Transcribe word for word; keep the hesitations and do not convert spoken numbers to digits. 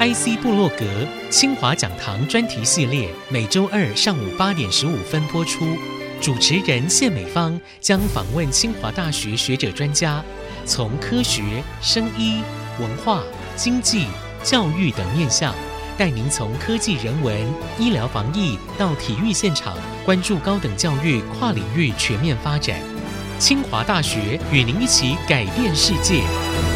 I C 部落格清华讲堂专题系列，每周二上午八点十五分播出。主持人谢美芳将访问清华大学学者专家，从科学、生医、文化、经济、教育等面向，带您从科技人文、医疗防疫到体育现场，关注高等教育跨领域全面发展。清华大学与您一起改变世界。